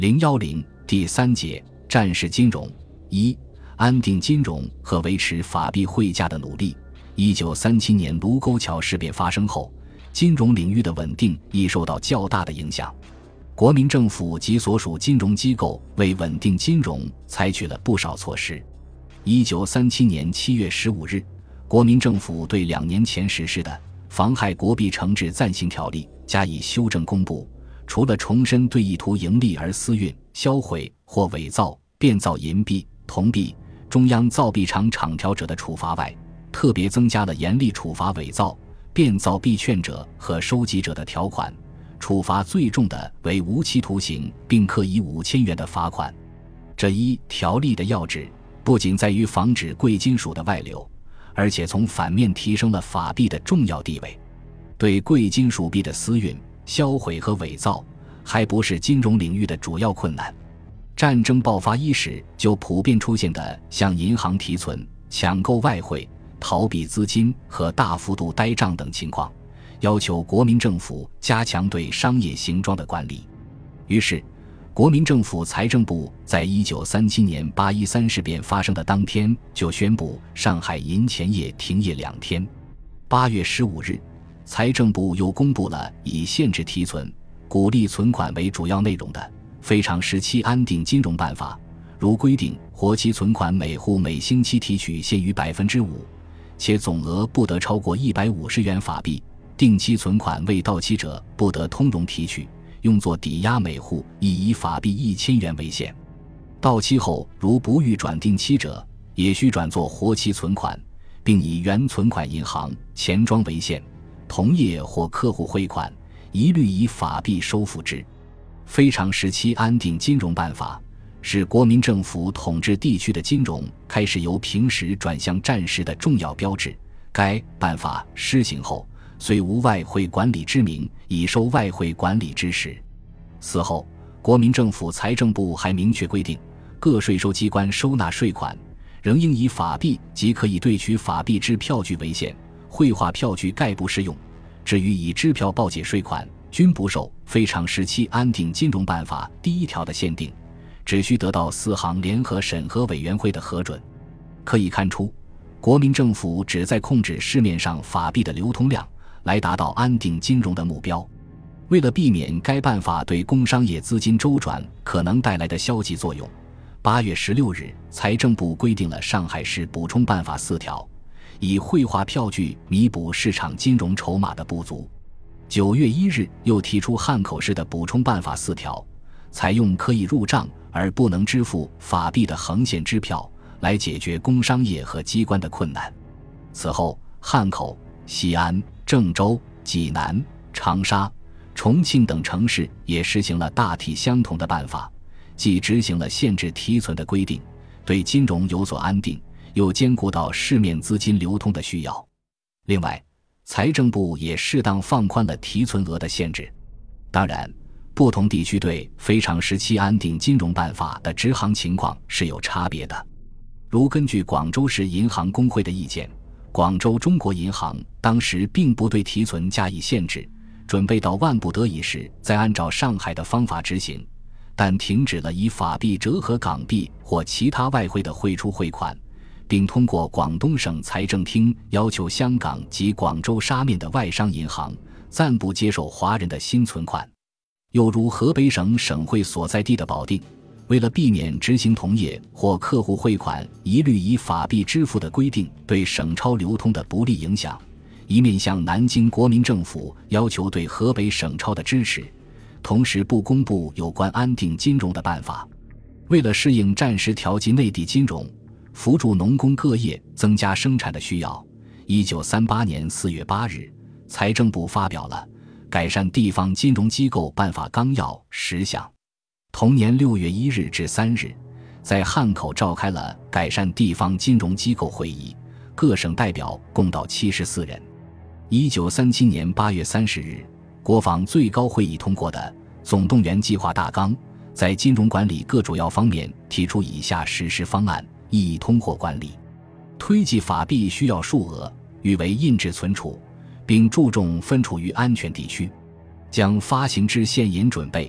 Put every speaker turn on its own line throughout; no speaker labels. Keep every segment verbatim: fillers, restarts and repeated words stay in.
零一零第三节战时金融。一、安定金融和维持法币汇价的努力。一九三七年卢沟桥事变发生后，金融领域的稳定亦受到较大的影响。国民政府及所属金融机构为稳定金融采取了不少措施。一九三七年七月十五日，国民政府对两年前实施的妨害国币惩治暂行条例加以修正公布，除了重申对意图盈利而私运、销毁或伪造、变造银币、铜币、中央造币厂厂条者的处罚外，特别增加了严厉处罚伪造、变造币券者和收集者的条款，处罚最重的为无期徒刑，并科以五千元的罚款。这一条例的要旨不仅在于防止贵金属的外流，而且从反面提升了法币的重要地位。对贵金属币的私运、销毁和伪造还不是金融领域的主要困难。战争爆发伊始就普遍出现的向银行提存、抢购外汇、逃避资金和大幅度呆账等情况，要求国民政府加强对商业行庄的管理。于是国民政府财政部在一九三七年八一三事变发生的当天就宣布上海银钱业停业两天。八月十五日，财政部又公布了以限制提存、鼓励存款为主要内容的非常时期安定金融办法，如规定活期存款每户每星期提取限于 百分之五， 且总额不得超过一百五十元法币，定期存款未到期者不得通融提取，用作抵押每户亦以法币一千元为限。到期后如不欲转定期者，也需转作活期存款，并以原存款银行、钱庄为限，同业或客户汇款一律以法币收付之。非常时期安定金融办法是国民政府统治地区的金融开始由平时转向战时的重要标志。该办法施行后，虽无外汇管理之名，已受外汇管理之实。此后，国民政府财政部还明确规定，各税收机关收纳税款仍应以法币及可以兑取法币之票据为限，绘画票据概不适用。至于以支票报解税款，均不受非常时期安定金融办法第一条的限定，只需得到四行联合审核委员会的核准。可以看出，国民政府旨在控制市面上法币的流通量，来达到安定金融的目标。为了避免该办法对工商业资金周转可能带来的消极作用，八月十六日，财政部规定了上海市补充办法四条，以绘画票据弥补市场金融筹码的不足。九月一日，又提出汉口市的补充办法四条，采用可以入账而不能支付法币的横线支票，来解决工商业和机关的困难。此后，汉口、西安、郑州、济南、长沙、重庆等城市也实行了大体相同的办法，既执行了限制提存的规定，对金融有所安定，又兼顾到市面资金流通的需要。另外，财政部也适当放宽了提存额的限制。当然，不同地区对非常时期安定金融办法的执行情况是有差别的。如根据广州市银行工会的意见，广州中国银行当时并不对提存加以限制，准备到万不得已时再按照上海的方法执行，但停止了以法币折合港币或其他外汇的汇出汇款，并通过广东省财政厅要求香港及广州沙面的外商银行暂不接受华人的新存款。又如河北省省会所在地的保定，为了避免执行同业或客户汇款一律以法币支付的规定对省钞流通的不利影响，一面向南京国民政府要求对河北省钞的支持，同时不公布有关安定金融的办法。为了适应战时调剂内地金融，扶助农工各业增加生产的需要，一九三八年四月八日，财政部发表了改善地方金融机构办法纲要十项。同年六月一日至三日，在汉口召开了改善地方金融机构会议，各省代表共到七十四人。一九三七年八月三十日，国防最高会议通过的总动员计划大纲，在金融管理各主要方面提出以下实施方案，以通货管理。推计法币需要数额，誉为印制存储，并注重分储于安全地区，将发行之现银准备，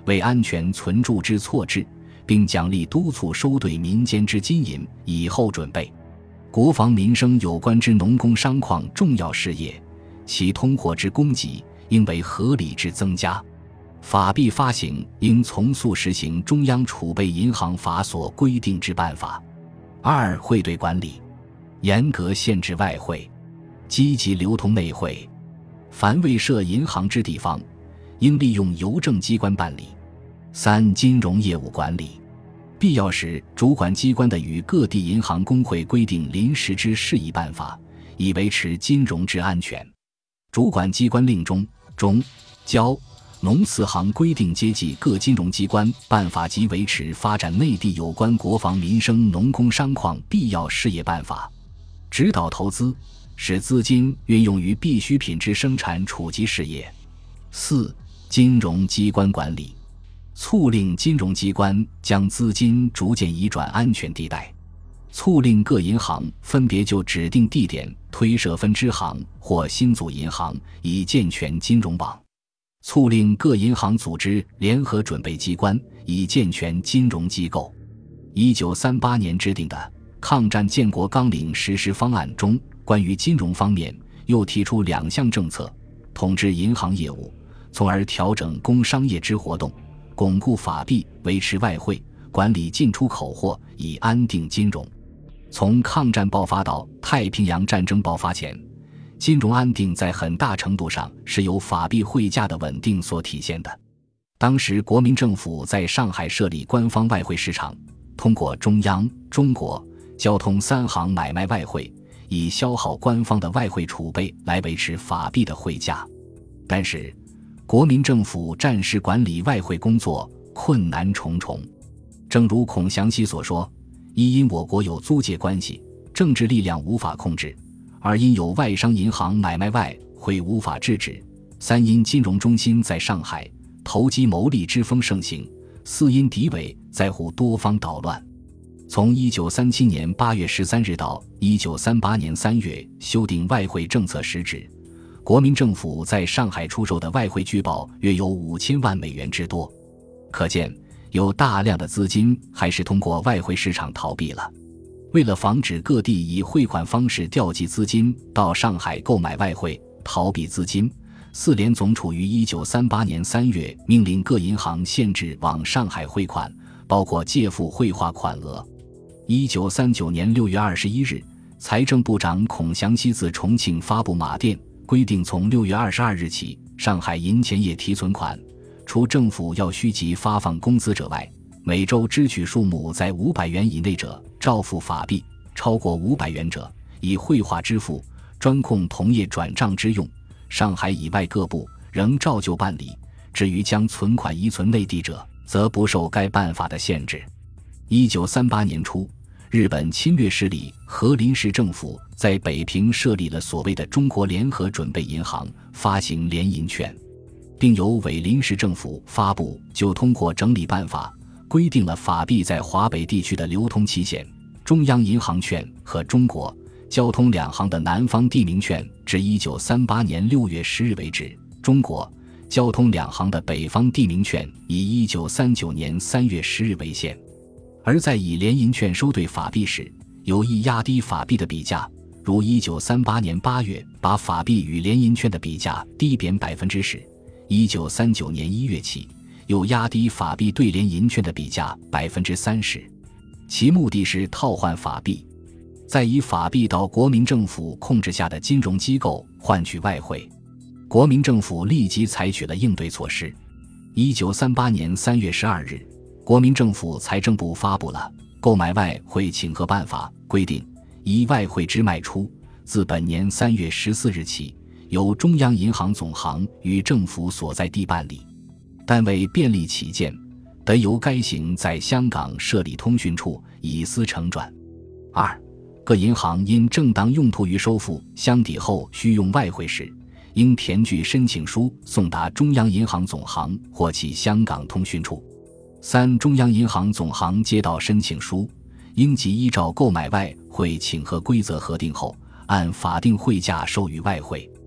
为安全存铸之错置，并奖励督促收兑民间之金银，以后准备国防民生有关之农工商矿重要事业，其通货之供给应为合理之增加。法币发行应从速实行中央储备银行法所规定之办法。二、汇兑管理，严格限制外汇，积极流通内汇。凡未设银行之地方，应利用邮政机关办理。三、金融业务管理，必要时主管机关的与各地银行工会规定临时之事宜办法，以维持金融之安全。主管机关令中、中、交、农四行规定接济各金融机关办法及维持发展内地有关国防民生农工商矿必要事业办法，指导投资，使资金运用于必需品之生产储积事业。四、金融机关管理，促令金融机关将资金逐渐移转安全地带，促令各银行分别就指定地点推设分支行或新组银行，以健全金融网，促令各银行组织联合准备机关，以健全金融机构。一九三八年制定的《抗战建国纲领实施方案》中，关于金融方面又提出两项政策：统治银行业务，从而调整工商业之活动，巩固法币，维持外汇，管理进出口货，以安定金融。从抗战爆发到太平洋战争爆发前，金融安定在很大程度上是由法币汇价的稳定所体现的。当时国民政府在上海设立官方外汇市场，通过中央、中国、交通三行买卖外汇，以消耗官方的外汇储备来维持法币的汇价。但是国民政府暂时管理外汇工作困难重重。正如孔祥熙所说，一因我国有租界关系，政治力量无法控制；二因有外商银行买卖外汇无法制止；三因金融中心在上海，投机牟利之风盛行；四因敌伪在沪多方捣乱。从一九三七年八月十三日到一九三八年三月修订外汇政策时止，国民政府在上海出售的外汇据报约有五千万美元之多，可见有大量的资金还是通过外汇市场逃避了。为了防止各地以汇款方式调集资金到上海购买外汇，逃避资金，四联总署于一九三八年三月命令各银行限制往上海汇款，包括借付汇化款额。一九三九年六月二十一日，财政部长孔祥熙自重庆发布马电，规定从六月二十二日起，上海银钱业提存款，除政府要需即发放工资者外，每周支取数目在五百元以内者照付法币，超过五百元者以汇化支付，专供同业转账之用。上海以外各部仍照旧办理，至于将存款移存内地者，则不受该办法的限制。一九三八年初，日本侵略势力和临时政府在北平设立了所谓的中国联合准备银行，发行联银券，并由伪临时政府发布就通过整理办法，规定了法币在华北地区的流通期限。中央银行券和中国交通两行的南方地名券至一九三八年六月十日为止，中国交通两行的北方地名券以一九三九年三月十日为限。而在以联银券收兑法币时，有意压低法币的比价，如一九三八年八月把法币与联银券的比价低贬百分之十，一九三九年一月起又压低法币对联银券的比价百分之三十，其目的是套换法币，再以法币到国民政府控制下的金融机构换取外汇。国民政府立即采取了应对措施。一九三八年三月十二日，国民政府财政部发布了购买外汇请核办法，规定依外汇之卖出，自本年三月十四日起，由中央银行总行与政府所在地办理，但为便利起见，得由该行在香港设立通讯处，以司承转。二、各银行因正当用途于收付相抵后需用外汇时，应填具申请书送达中央银行总行或其香港通讯处。三、中央银行总行接到申请书，应即依照购买外汇请核规则核定后，按法定汇价收予外汇。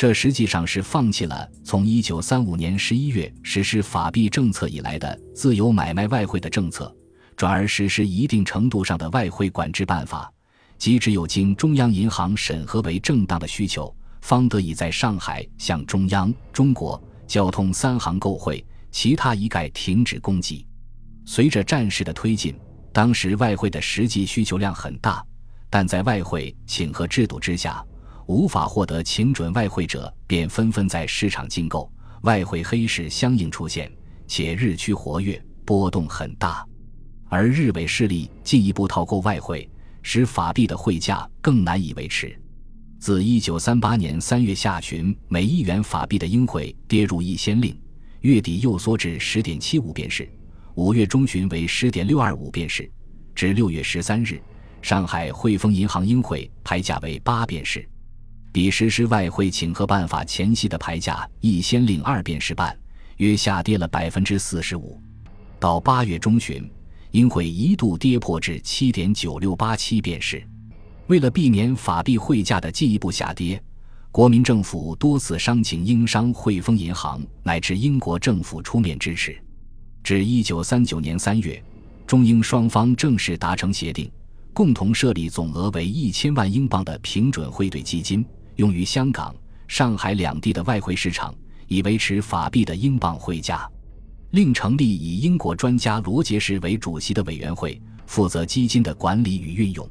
这实际上是放弃了从一九三五年十一月实施法币政策以来的自由买卖外汇的政策，转而实施一定程度上的外汇管制办法，即只有经中央银行审核为正当的需求，方得以在上海向中央、中国、交通三行购汇，其他一概停止供给。随着战事的推进，当时外汇的实际需求量很大，但在外汇请核制度之下，无法获得请准外汇者便纷纷在市场竞购，外汇黑市相应出现，且日趋活跃，波动很大。而日伪势力进一步套购外汇，使法币的汇价更难以维持。自一九三八年三月下旬，每一元法币的英汇跌入一先令，月底又缩至 十点七五 便士，五月中旬为 十点六二五 便士，至六月十三日，上海汇丰银行英汇牌价为八便士，比实施外汇请核办法前夕的牌价一先令二便士半，约下跌了 百分之四十五。 到八月中旬，英汇一度跌破至 七点九六八七 便士。为了避免法币汇价的进一步下跌，国民政府多次商请英商汇丰银行乃至英国政府出面支持。至一九三九年三月，中英双方正式达成协定，共同设立总额为一千万英镑的平准汇兑基金，用于香港、上海两地的外汇市场，以维持法币的英镑汇价。另成立以英国专家罗杰士为主席的委员会，负责基金的管理与运用。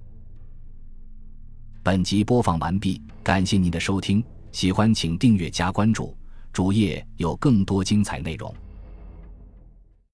本集播放完毕，感谢您的收听，喜欢请订阅加关注，主页有更多精彩内容。